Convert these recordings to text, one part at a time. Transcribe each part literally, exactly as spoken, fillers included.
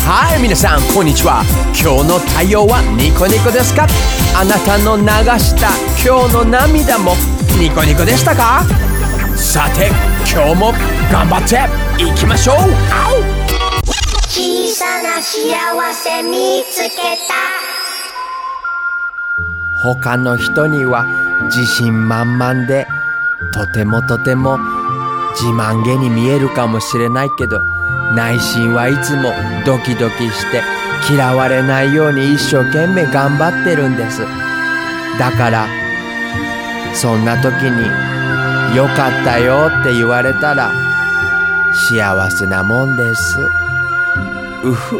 はい、皆さんこんにちは。今日の太陽はニコニコですか？あなたの流した今日の涙もニコニコでしたか？さて今日も頑張っていきましょう。 小さな幸せ見つけた。 他の人には自信満々でとてもとても自慢げに見えるかもしれないけど、内心はいつもドキドキして嫌われないように一生懸命頑張ってるんです。だからそんな時によかったよって言われたら幸せなもんです。うふ。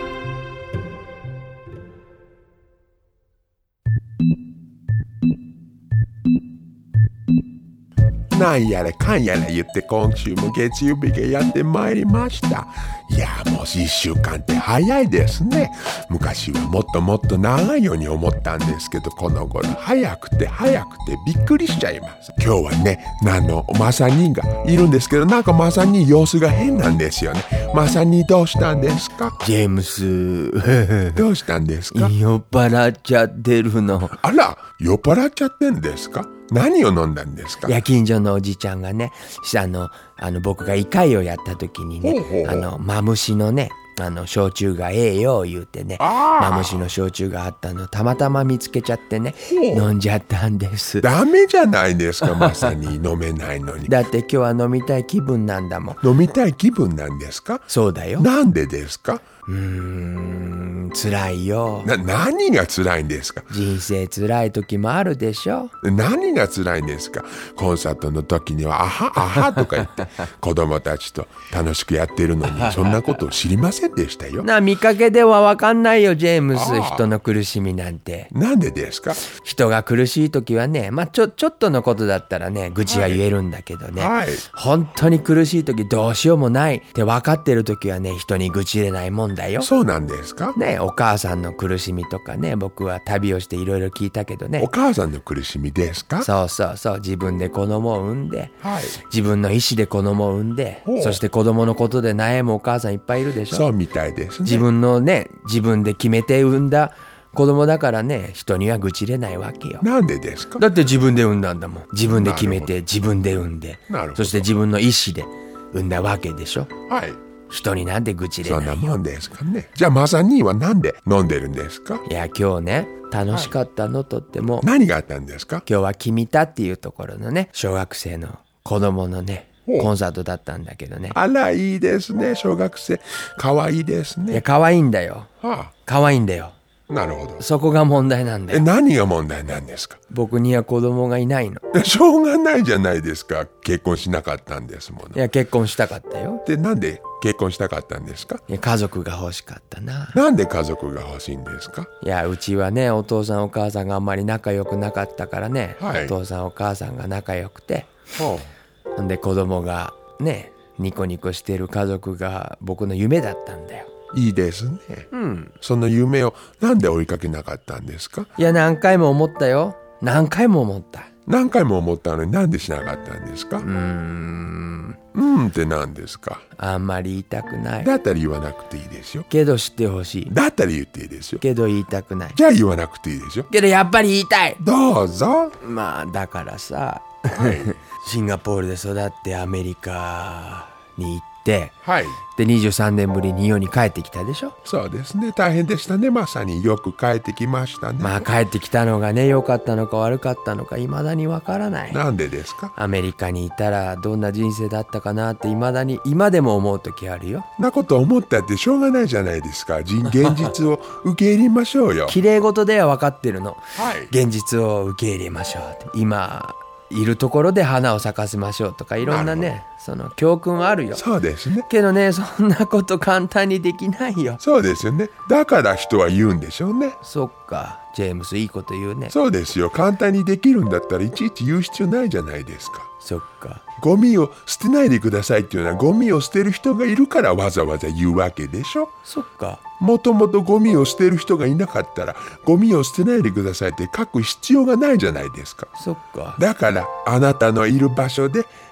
なんやらかんやら言って今週も月曜日がやってまいりました。いやもう一週間って早いですね。昔はもっともっと長いように思ったんですけど、この頃早くて早くてびっくりしちゃいます。今日はね、あのマサニがいるんですけど、なんかマサニ様子が変なんですよね。マサニどうしたんですか？ ジェームスどうしたんですか？ 酔っ払っちゃってるの。 あら、酔っ払っちゃってんですか？何を飲んだんですか？ いや、近所のおじちゃんがね、あの、あの僕が胃潰瘍をやった時にね、 ほうほうほう、 あのマムシのね、あの焼酎がええよ言うてね、マムシの焼酎があったのたまたま見つけちゃってね、飲んじゃったんです。 ダメじゃないですか、まさに飲めないのに。 だって今日は飲みたい気分なんだもん。 飲みたい気分なんですか？ そうだよ。 なんでですか？ うーん、辛いよ。 な、何が辛いんですか？ 人生辛い時もあるでしょ。 何が辛いんですか？コンサートの時にはあはあはとか言って子供たちと楽しくやってるのにそんなことを知りませんでしたよ。 な、見かけではわかんないよジェームス。人の苦しみなんて。 なんでですか？ 人が苦しい時はね、まあちょちょっとのことだったらね愚痴は言えるんだけどね、 はい、 本当に苦しい時どうしようもないって分かってる時はね、人に愚痴れないもんだよ。 そうなんですか？ ね、お母さんの苦しみとかね、僕は旅をしていろいろ聞いたけどね。 お母さんの苦しみですか？ そうそうそう、自分で子供を産んで、 はい、 自分の意思で子供を産んで、そして子供のことで悩むお母さんいっぱいいるでしょ。 そうみたいですね。 自分のね、自分で決めて産んだ子供だからね、人には愚痴れないわけよ。 なんでですか？ だって自分で産んだんだもん。自分で決めて自分で産んで、そして自分の意思で産んだわけでしょ。 はい。 人になんで愚痴れないよ。 そんなもんですかね。じゃあマサ兄はなんで飲んでるんですか？ いや、今日ね楽しかったの、はい、とっても。 何があったんですか？ 今日は君田っていうところのね、小学生の子供のねコンサートだったんだけどね。 あら、いいですね。小学生かわいいですね。 いや、かわいいんだよ、はあ、かわいいんだよ。 なるほど。 そこが問題なんだよ。 え、何が問題なんですか？ 僕には子供がいないの。 しょうがないじゃないですか。結婚しなかったんですもの。 いや、結婚したかったよ。 で、なんで結婚したかったんですか？ いや、家族が欲しかったな。 なんで家族が欲しいんですか？ いや、うちはね、お父さんお母さんがあんまり仲良くなかったからね、はい、お父さんお母さんが仲良くて、ほう、んで子供がね、ニコニコしてる家族が僕の夢だったんだよ。 いいですね。うん。その夢をなんで追いかけなかったんですか？ いや、何回も思ったよ。何回も思った。 何回も思ったのになんでしなかったんですか？うーん。うんって何ですか？ あんまり言いたくない。 だったら言わなくていいですよ。 けど知ってほしい。 だったら言っていいですよ。 けど言いたくない。 じゃあ言わなくていいですよ。 けどやっぱり言いたい。 どうぞ。 まあだからさ、はい、シンガポールで育ってアメリカに行って、はい、でにじゅうさんねんぶりに世に帰ってきたでしょ。 そうですね、大変でしたね。まさによく帰ってきましたね。 まあ帰ってきたのがね、良かったのか悪かったのか未だにわからない。 なんでですか？ アメリカにいたらどんな人生だったかなって未だに今でも思う時あるよ。 なこと思ったってしょうがないじゃないですか。現実を受け入れましょうよ。 綺麗事では分かってるの、 はい、 現実を受け入れましょうって。今いるところで花を咲かせましょうとかいろんなね、その教訓はあるよ。 そうですね。 けどね、そんなこと簡単にできないよ。 そうですよね。だから人は言うんでしょうね。 そっか、ジェームスいいこと言うね。 そうですよ。簡単にできるんだったらいちいち言う必要ないじゃないですか。 そっか。 ゴミを捨てないでくださいっていうのはゴミを捨てる人がいるからわざわざ言うわけでしょ。 そっか。 もともとゴミを捨てる人がいなかったらゴミを捨てないでくださいって書く必要がないじゃないですか。 そっか。 だからあなたのいる場所で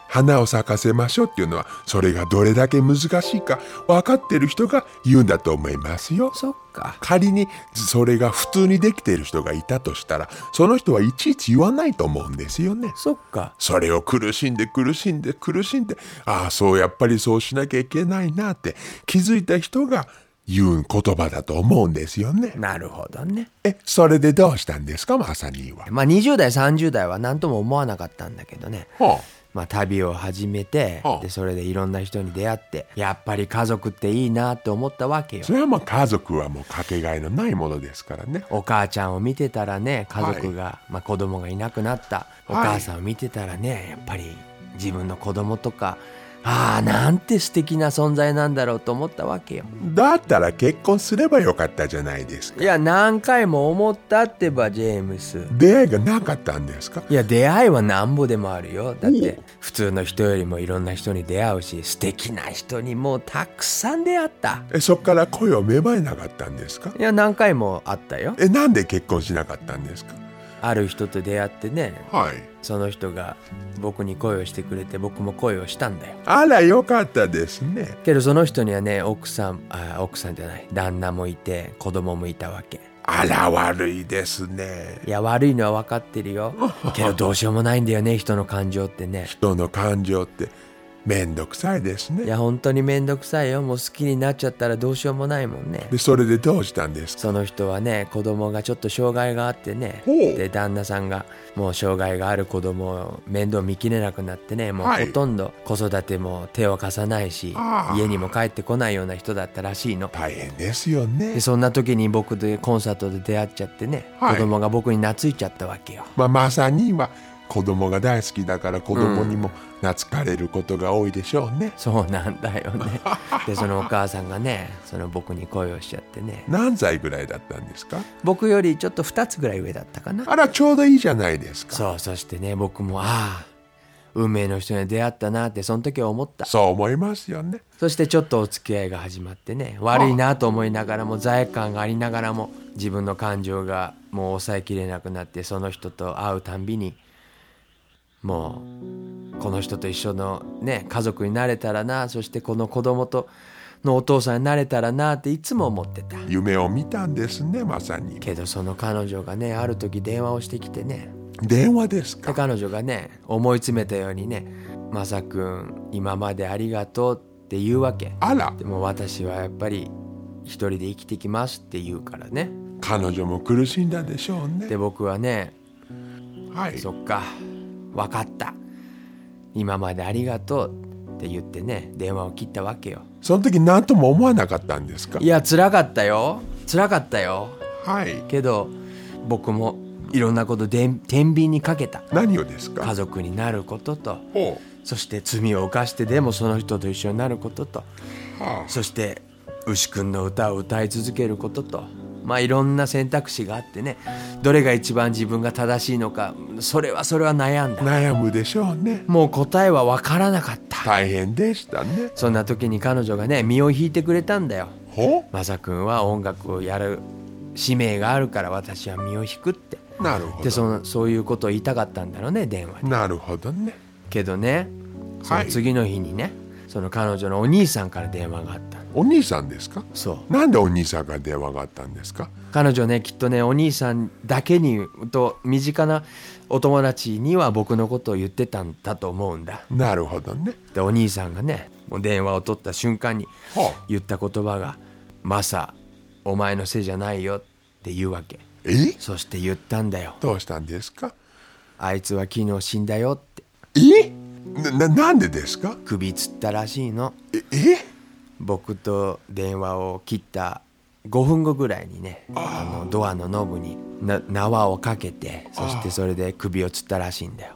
花を咲かせましょうっていうのは、それがどれだけ難しいか分かってる人が言うんだと思いますよ。 そっか。 仮にそれが普通にできている人がいたとしたら、その人はいちいち言わないと思うんですよね。 そっか。 それを苦しんで苦しんで苦しんで、ああそうやっぱりそうしなきゃいけないなって気づいた人が言う言葉だと思うんですよね。 なるほどね。 え、それでどうしたんですか、マサ兄は。 まあにじゅう代さんじゅう代は何とも思わなかったんだけどね。 はあまあ旅を始めて、 はあでそれでいろんな人に出会って、やっぱり家族っていいなって思ったわけよ。 それはもう家族はもうかけがえのないものですからね。 お母ちゃんを見てたらね、家族が、まあ、子供がいなくなったお母さんを見てたらね、やっぱり自分の子供とか、ああなんて素敵な存在なんだろうと思ったわけよ。 だったら結婚すればよかったじゃないですか。 いや何回も思ったってばジェームス。 出会いがなかったんですか。 いや出会いはなんぼでもあるよ。だって普通の人よりもいろんな人に出会うし、素敵な人にもうたくさん出会った。 え、そっから恋を芽生えなかったんですか。 いや何回もあったよ。 え、なんで結婚しなかったんですか。 ある人と出会ってね、 はいその人が僕に恋をしてくれて、僕も恋をしたんだよ。 あらよかったですね。 けどその人にはね、奥さんあ奥さんじゃない旦那もいて子供もいたわけ。 あら悪いですね。 いや悪いのは分かってるよ。けどどうしようもないんだよね、人の感情ってね。 人の感情ってめんどくさいですね。 いや本当にめんどくさいよ。もう好きになっちゃったらどうしようもないもんね。 でそれでどうしたんですか。 その人はね、子供がちょっと障害があってね、 ほうで旦那さんがもう障害がある子供を面倒見きれなくなってね、もうはいほとんど子育ても手を貸さないし、 ああ家にも帰ってこないような人だったらしいの。 大変ですよねで。そんな時に僕でコンサートで出会っちゃってね、 はい子供が僕に懐いちゃったわけよ。 まあまさには子供が大好きだから子供にも懐かれることが多いでしょうね。 そうなんだよね。でそのお母さんがね、その僕に恋をしちゃってね、 何歳ぐらいだったんですか。 僕よりちょっとふたつぐらい上だったかな。 あらちょうどいいじゃないですか。 そう、そしてね僕もああ運命の人に出会ったなってその時は思った。 そう思いますよね。 そしてちょっとお付き合いが始まってね、悪いなと思いながらも罪悪感がありながらも、自分の感情がもう抑えきれなくなって、その人と会うたんびにもうこの人と一緒のね家族になれたらな、そしてこの子供とのお父さんになれたらなっていつも思ってた。 夢を見たんですね、まさに。 けどその彼女がね、ある時電話をしてきてね、 電話ですでか。 彼女がね思い詰めたようにね、まさくん今までありがとうって言うわけ。 あらでも私はやっぱり一人で生きてきますって言うからね。 彼女も苦しんだでしょうね。 で僕はね、 はいそっか分かった、今までありがとうって言ってね電話を切ったわけよ。 その時何とも思わなかったんですか。 いや辛かったよ、辛かったよ。 はい。 けど僕もいろんなことで天秤にかけた。 何をですか。 家族になることと、 ほそして罪を犯してでもその人と一緒になることと、 う、はそして牛くんの歌を歌い続けることと、まあいろんな選択肢があってね、どれが一番自分が正しいのか、それはそれは悩んあ、 だ。 悩むでしょうね。 もう答えは分からなかった。 大変でしたね。 そんな時に彼女がね身を引いてくれたんだよ。 ほマサ君は音楽をやる使命があるから私は身を引くって。 う、なるほでそど。 のそういうことを言いたかったんだろうね電話で。 なるほどね。 けどね、その次の日にね、その彼女のお兄さんから電話があったの。 お兄さんですか。 そう、 なんでお兄さんから電話があったんですか。 彼女ねきっとねお兄さんだけにと身近なお友達には僕のことを言ってたんだと思うんだ。 なるほどね。 でお兄さんがねもう電話を取った瞬間にはあ、 言った言葉が「マサお前のせいじゃないよ」って言うわけ。 えそして言ったんだよ。 どうしたんですか。 あいつは昨日死んだよって。 えな、ななんでですか。 首つったらしいの。 ええ僕と電話を切ったごふんごぐらいにね、あのドアのノブにな縄をかけて、そしてそれで首をつったらしいんだよ。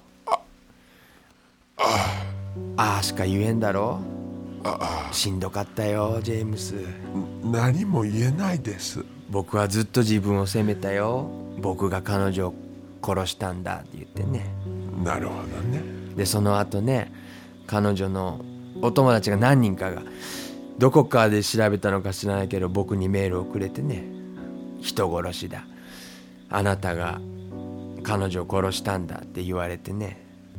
ああしか言えんだろ。しんどかったよジェームス。 何も言えないです。 僕はずっと自分を責めたよ。僕が彼女を殺したんだって言ってね。 なるほどね。 でその後ね、彼女のお友達が何人かがどこかで調べたのか知らないけど僕にメールをくれてね、人殺しだ、あなたが彼女を殺したんだって言われてね、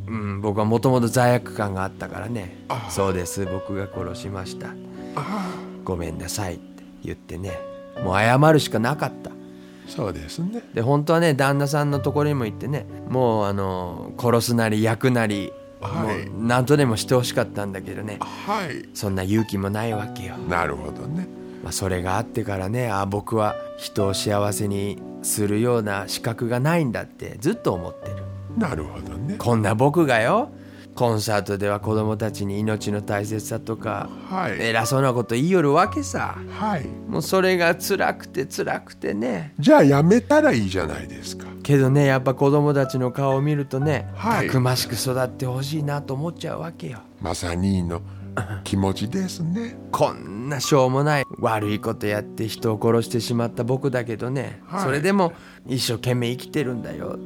うん、僕はもともと罪悪感があったからね、そうです、僕が殺しました、ごめんなさいって言ってね、もう謝るしかなかった。 そうですね。 で本当はね、旦那さんのところにも行ってね、もうあの殺すなり焼くなり、はい、もう何とでもしてほしかったんだけどね、 はい、 そんな勇気もないわけよ。 なるほどね。 まあ、それがあってからね、あ、僕は人を幸せにするような資格がないんだってずっと思ってる。 なるほどね。 こんな僕がよ、コンサートでは子供たちに命の大切さとか、はい、偉そうなこと言いよるわけさ、はい、もうそれが辛くて辛くてね。 じゃあやめたらいいじゃないですか。 けどね、やっぱ子供たちの顔を見るとね、はい、たくましく育ってほしいなと思っちゃうわけよ。 まさにの気持ちですね。 こんなしょうもない悪いことやって人を殺してしまった僕だけどね、はい、それでも一生懸命生きてるんだよって、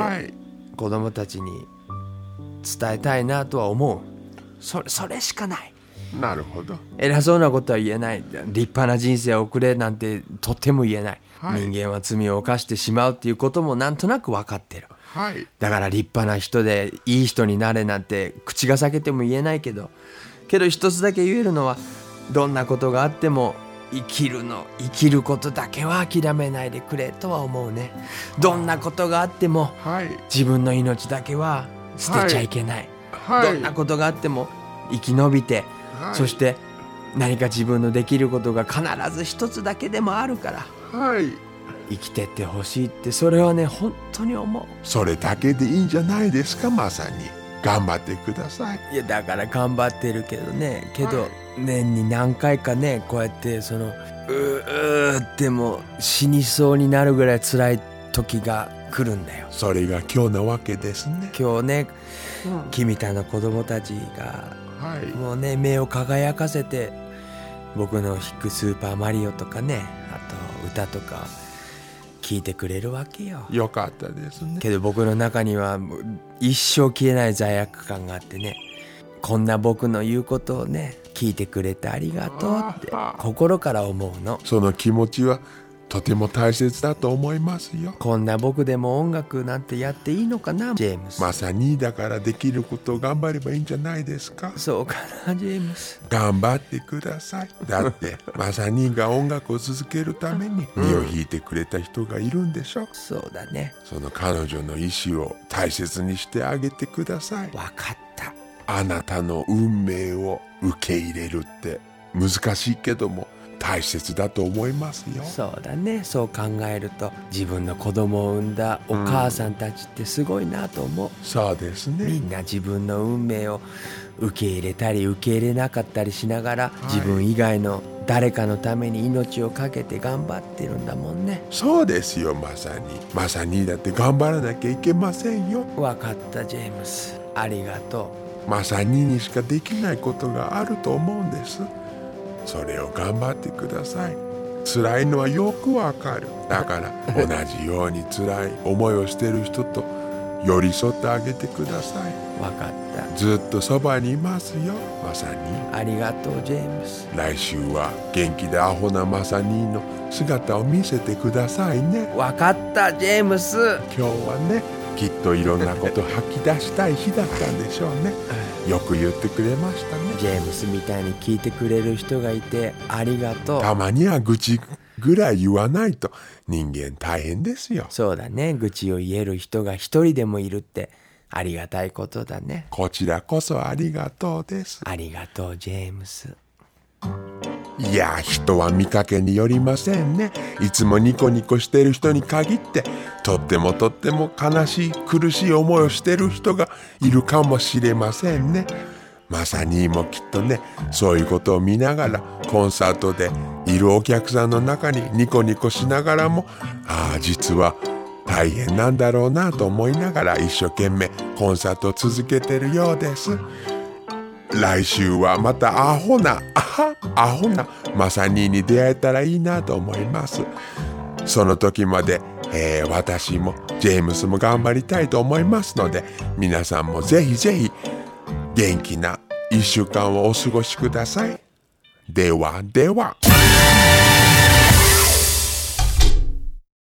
はい、子供たちに伝えたいなとは思う。それ、それしかない。 なるほど。 偉そうなことは言えない。立派な人生を送れなんてとっても言えない、はい、人間は罪を犯してしまうっていうこともなんとなく分かってる、はい、だから立派な人でいい人になれなんて口が裂けても言えないけど、けど一つだけ言えるのは、どんなことがあっても生きるの生きることだけは諦めないでくれとは思うね。どんなことがあっても、はい、自分の命だけは捨てちゃいけない、はいはい、どんなことがあっても生き延びて、はい、そして何か自分のできることが必ず一つだけでもあるから、はい、生きてってほしいって、それはね本当に思う。 それだけでいいんじゃないですか。まさに頑張ってください。 いやだから頑張ってるけどね、けど、はい、年に何回かね、こうやってそのうーっても死にそうになるぐらい辛い時が来るんだよ。 それが今日なわけですね。 今日ね、うん、君たちの子供たちが、はい、もうね目を輝かせて僕の弾くスーパーマリオとかね、あと歌とか聞いてくれるわけよ。 よかったですね。 けど僕の中には一生消えない罪悪感があってね、こんな僕の言うことをね聞いてくれてありがとうって心から思うの。 その気持ちはとても大切だと思いますよ。 こんな僕でも音楽なんてやっていいのかな、ジェームス。 まさにだからできることを頑張ればいいんじゃないですか。 そうかな、ジェームス。 頑張ってください。だってまさにが音楽を続けるために身を引いてくれた人がいるんでしょ、うん、 そうだね。 その彼女の意志を大切にしてあげてください。 わかった。 あなたの運命を受け入れるって難しいけども大切だと思いますよ。 そうだね。そう考えると自分の子供を産んだお母さんたちってすごいなと思う、 うん、そうですね。 みんな自分の運命を受け入れたり受け入れなかったりしながら、はい、自分以外の誰かのために命を懸けて頑張ってるんだもんね。 そうですよ。まさにまさにだって頑張らなきゃいけませんよ。 わかったジェームス、ありがとう。まさににしかできないことがあると思うんです。それを頑張ってください。辛いのはよくわかる。だから同じように辛い思いをしてる人と寄り添ってあげてください。 わかった。ずっとそばにいますよ。まさに。 ありがとうジェームス。 来週は元気でアホなまさにの姿を見せてくださいね。 わかったジェームス。 今日はね、きっといろんなこと吐き出したい日だったんでしょうね。よく言ってくれましたね。 ジェームスみたいに聞いてくれる人がいてありがとう。 たまには愚痴ぐらい言わないと人間大変ですよ。 そうだね。愚痴を言える人が一人でもいるってありがたいことだね。 こちらこそありがとうです。 ありがとうジェームス。 いや、人は見かけによりませんね。いつもニコニコしてる人に限ってとってもとっても悲しい苦しい思いをしてる人がいるかもしれませんね。まさにもきっとね、そういうことを見ながらコンサートでいるお客さんの中にニコニコしながらも、ああ実は大変なんだろうなと思いながら一生懸命コンサートを続けてるようです。来週はまたアホなアハアホなマサニーに出会えたらいいなと思います。その時まで、えー、私もジェームスも頑張りたいと思いますので、皆さんもぜひぜひ元気ないっしゅうかんをお過ごしください。ではでは。